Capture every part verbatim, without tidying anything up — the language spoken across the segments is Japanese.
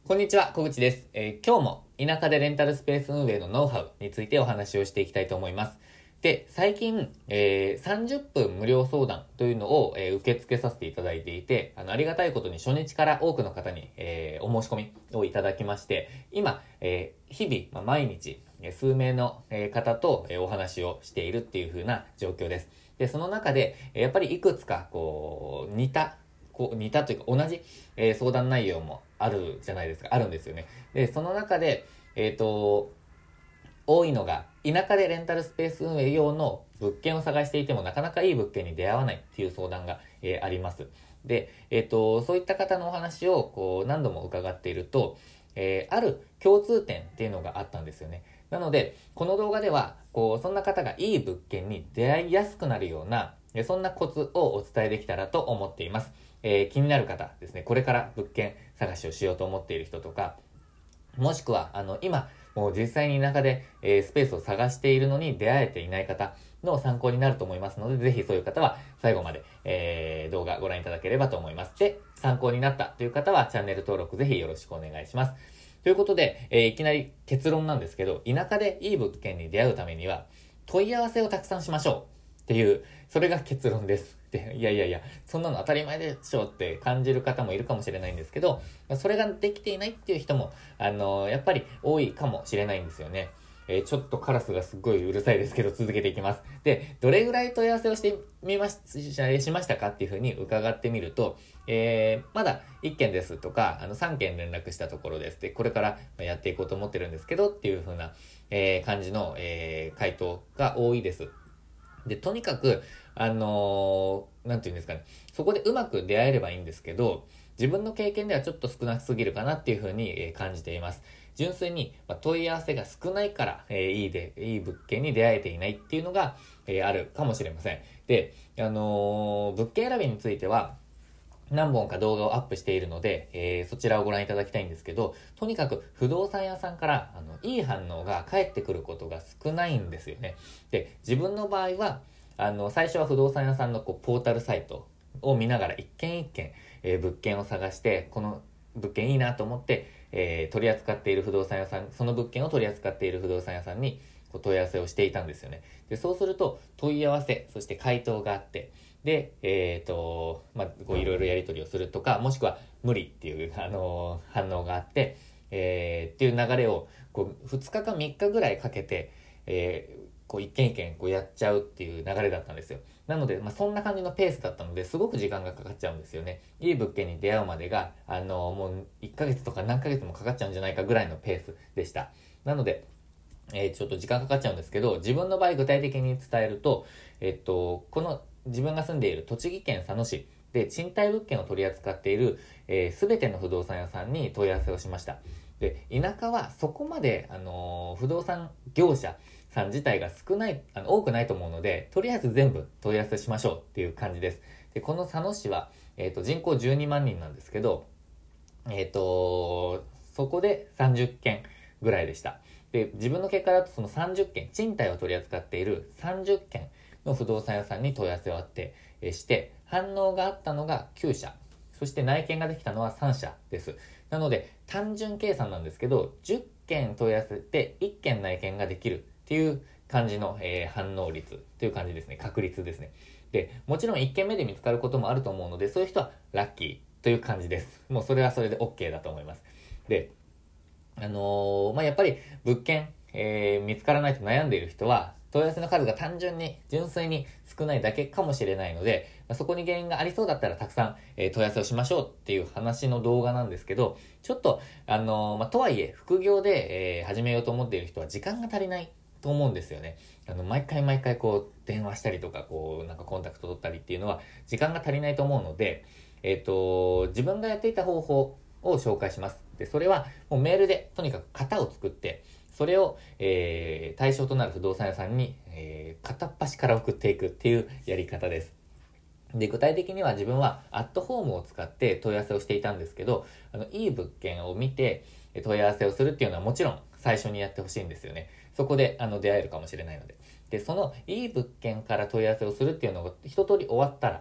こんにちは、小口です。えー今日も田舎でレンタルスペース運営のノウハウについてお話をしていきたいと思います。で、最近、えーさんじゅっぷん無料相談というのを、えー受け付けさせていただいていて、あの、ありがたいことに初日から多くの方に、えーお申し込みをいただきまして、今、えー日々、まあ、毎日、えー数名のえー方とえーお話をしているっていう風な状況です。で、その中で、えーやっぱりいくつか、こう、似たこう似たというか同じ、えー相談内容もあるじゃないですか。あるんですよね。で、その中で、えっと、多いのが、田舎でレンタルスペース運営用の物件を探していてもなかなかいい物件に出会わないっていう相談が、えーあります。で、えっと、そういった方のお話をこう何度も伺っていると、えーある共通点っていうのがあったんですよね。なので、この動画では、こう、そんな方がいい物件に出会いやすくなるような、えそんなコツをお伝えできたらと思っています。えー気になる方ですね、これから物件探しをしようと思っている人とか、もしくは、あの、今、もう実際に田舎で、えースペースを探しているのに出会えていない方の参考になると思いますので、ぜひそういう方は最後まで、えー動画ご覧いただければと思います。で、参考になったという方はチャンネル登録ぜひよろしくお願いします。ということで、えーいきなり結論なんですけど、田舎でいい物件に出会うためには、問い合わせをたくさんしましょうっていう、それが結論です。で、いやいやいや、そんなの当たり前でしょって感じる方もいるかもしれないんですけど、それができていないっていう人も、あのーやっぱり多いかもしれないんですよね。えーちょっとカラスがすっごいうるさいですけど、続けていきます。で、どれぐらい問い合わせをしてみまし、しましたかっていうふうに伺ってみると、えーまだいっけんですとか、あのさんけん連絡したところです。で、これからやっていこうと思ってるんですけどっていうふうな、えー感じの、えー回答が多いです。で、とにかく、あのーなんていうんですかね、そこでうまく出会えればいいんですけど、自分の経験ではちょっと少なすぎるかなっていうふうに、えー感じています。純粋に、まあ、問い合わせが少ないから、えーいいで、いい物件に出会えていないっていうのが、えーあるかもしれません。で、あのー物件選びについては、何本か動画をアップしているので、えーそちらをご覧いただきたいんですけど、とにかく不動産屋さんからあのいい反応が返ってくることが少ないんですよね。で、自分の場合は、あの、最初は不動産屋さんのこうポータルサイトを見ながら一軒一軒、えー物件を探して、この物件いいなと思って、えー取り扱っている不動産屋さん、その物件を取り扱っている不動産屋さんにこう問い合わせをしていたんですよね。で、そうすると問い合わせ、そして回答があって、で、えっ、と、まあ、こういろいろやり取りをするとか、もしくは無理っていう、あのー反応があって、えーっていう流れを、こう、ふつかかみっかぐらいかけて、えーこう一件一件こうやっちゃうっていう流れだったんですよ。なので、まあ、そんな感じのペースだったので、すごく時間がかかっちゃうんですよね。いい物件に出会うまでが、あのーもういっかげつとか何ヶ月もかかっちゃうんじゃないかぐらいのペースでした。なので、えーちょっと時間かかっちゃうんですけど、自分の場合具体的に伝えると、えっと、この自分が住んでいる栃木県佐野市で賃貸物件を取り扱っているすべ、えー全ての不動産屋さんに問い合わせをしました。で、田舎はそこまで、あのー不動産業者さん自体が少ない、あの、多くないと思うので、とりあえず全部問い合わせしましょうっていう感じです。で、この佐野市は、えっと、人口じゅうにまん人なんですけど、えっと、そこでさんじゅっけんぐらいでした。で、自分の結果だとそのさんじゅっけん、賃貸を取り扱っているさんじゅっけんの不動産屋さんに問い合わせをあってえして、反応があったのがきゅうしゃ、そして内見ができたのはさんしゃです。なので、単純計算なんですけど、じゅっけん問い合わせていっけん内見ができるっていう感じの、えー反応率っていう感じですね。確率ですね。で、もちろんいっけんめで見つかることもあると思うので、そういう人はラッキーという感じです。もうそれはそれで OK だと思います。で、あのーまあ、やっぱり物件、えー見つからないと悩んでいる人は、問い合わせの数が単純に、純粋に少ないだけかもしれないので、まあそこに原因がありそうだったらたくさん、えー問い合わせをしましょうっていう話の動画なんですけど、ちょっと、あのーまあ、とはいえ、副業で、えー始めようと思っている人は時間が足りないと思うんですよね。あの、毎回毎回こう、電話したりとか、こう、なんかコンタクト取ったりっていうのは、時間が足りないと思うので、えっ、と、自分がやっていた方法を紹介します。で、それはもうメールでとにかく型を作って、それを、えー対象となる不動産屋さんに、えー片っ端から送っていくっていうやり方です。で、具体的には自分はアットホームを使って問い合わせをしていたんですけど、あの、いい物件を見て問い合わせをするっていうのはもちろん最初にやってほしいんですよね。そこで、あの、出会えるかもしれないので。で、そのいい物件から問い合わせをするっていうのが一通り終わったら、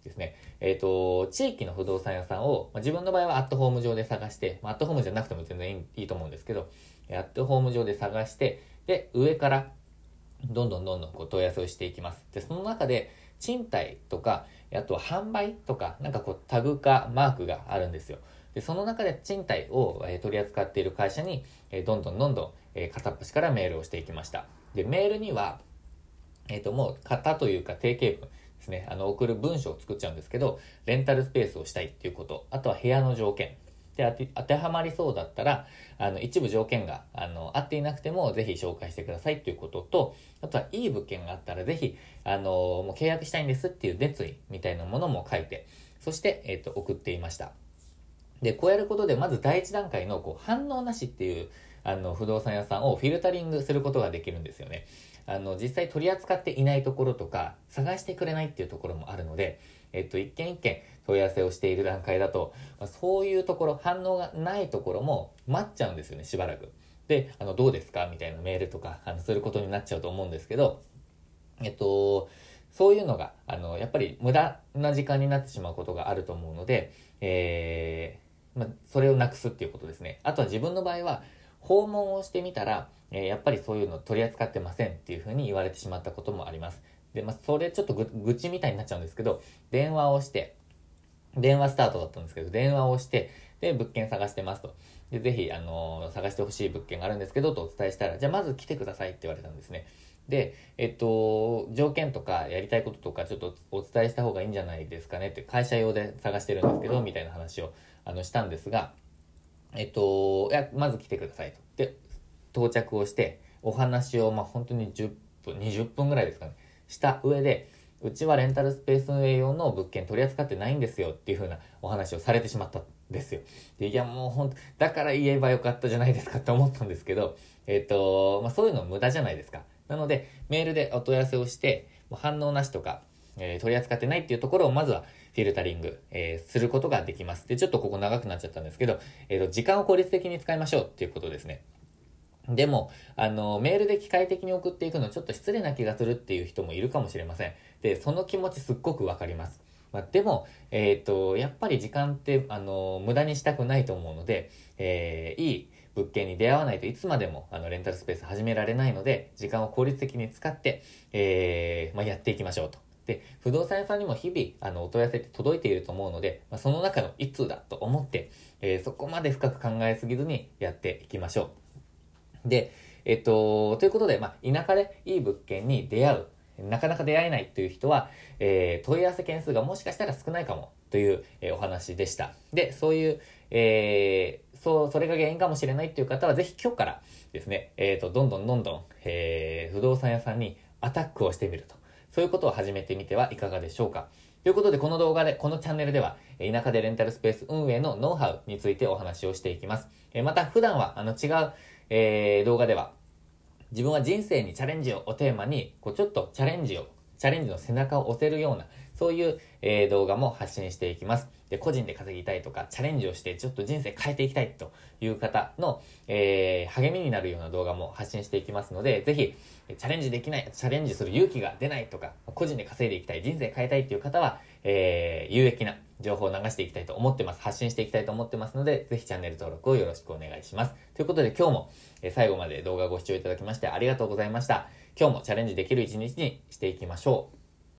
ですね、えっと、地域の不動産屋さんを、まあ、自分の場合はアットホーム上で探して、まあ、アットホームじゃなくても全然いい、いいと思うんですけど、アットホーム上で探して、で、上からどんどんどんどんこう問い合わせをしていきます。で、その中で、賃貸とか、あとは販売とか、なんかこうタグかマークがあるんですよ。で、その中で賃貸を、えー、取り扱っている会社に、えー、どんどんどんどん、えー、片っ端からメールをしていきました。で、メールには、えっと、もう型というか定型文ですね、あの、送る文章を作っちゃうんですけど、レンタルスペースをしたいっていうこと、あとは部屋の条件。で、当て、当てはまりそうだったら、あの、一部条件が、あの、合っていなくても、ぜひ紹介してくださいっていうことと、あとは、いい物件があったら、ぜひ、あの、もう契約したいんですっていう熱意みたいなものも書いて、そして、えっと、送っていました。で、こうやることで、まず第一段階の、こう、反応なしっていう、あの、不動産屋さんをフィルタリングすることができるんですよね。あの、実際取り扱っていないところとか、探してくれないっていうところもあるので、えっと、一件一件問い合わせをしている段階だと、まあ、そういうところ、反応がないところも待っちゃうんですよね、しばらく。で、あの、どうですかみたいなメールとか、あの、することになっちゃうと思うんですけど、えっと、そういうのが、あの、やっぱり無駄な時間になってしまうことがあると思うので、えー、まあ、それをなくすっていうことですね。あとは自分の場合は、訪問をしてみたら、えー、やっぱりそういうの取り扱ってませんっていうふうに言われてしまったこともあります。で、まあ、それちょっとぐ愚痴みたいになっちゃうんですけど、電話をして、電話スタートだったんですけど、電話をして、で、物件探してますと。で、ぜひ、あのー探してほしい物件があるんですけど、とお伝えしたら、じゃあまず来てくださいって言われたんですね。で、えっと、条件とかやりたいこととかちょっとお伝えした方がいいんじゃないですかねって、会社用で探してるんですけど、みたいな話を、あの、したんですが、えっと、いや、まず来てくださいと。で、到着をして、お話を、まあ、本当にじゅっぷん、にじゅっぷんぐらいですかね、した上で、うちはレンタルスペース運営用の物件取り扱ってないんですよっていう風なお話をされてしまったんですよ。で、いやもうほんと、だから言えばよかったじゃないですかって思ったんですけど、えっと、まあ、そういうの無駄じゃないですか。なので、メールでお問い合わせをして、もう反応なしとか、えー取り扱ってないっていうところをまずはフィルタリング、えーすることができます。で、ちょっとここ長くなっちゃったんですけど、えっと、時間を効率的に使いましょうっていうことですね。でも、あの、メールで機械的に送っていくのちょっと失礼な気がするっていう人もいるかもしれません。で、その気持ちすっごくわかります。まあ、でも、えっと、やっぱり時間って、あの、無駄にしたくないと思うので、えーいい物件に出会わないといつまでも、あの、レンタルスペース始められないので、時間を効率的に使って、えーまあ、やっていきましょうと。で、不動産屋さんにも日々、あの、お問い合わせって届いていると思うので、まあ、その中の一通だと思って、えーそこまで深く考えすぎずにやっていきましょう。で、えっと、ということで、まあ、田舎でいい物件に出会う。なかなか出会えないという人は、えー問い合わせ件数がもしかしたら少ないかもという、えーお話でした。で、そういう、えーそう、それが原因かもしれないという方は、ぜひ今日からですね、えっと、どんどんどんどん、えー不動産屋さんにアタックをしてみると。そういうことを始めてみてはいかがでしょうか。ということで、この動画で、このチャンネルでは、えー田舎でレンタルスペース運営のノウハウについてお話をしていきます。えーまた、普段は、あの、違う、えー動画では、自分は人生にチャレンジををテーマに、こうちょっとチャレンジを、チャレンジの背中を押せるような、そういう、えー動画も発信していきます。で、個人で稼ぎたいとか、チャレンジをしてちょっと人生変えていきたいという方の、えー励みになるような動画も発信していきますので、ぜひ、チャレンジできない、チャレンジする勇気が出ないとか、個人で稼いでいきたい、人生変えたいっていう方は、えー有益な情報を流していきたいと思ってます。発信していきたいと思ってますので、ぜひチャンネル登録をよろしくお願いします。ということで今日もえー最後まで動画をご視聴いただきましてありがとうございました。今日もチャレンジできる一日にしていきましょう。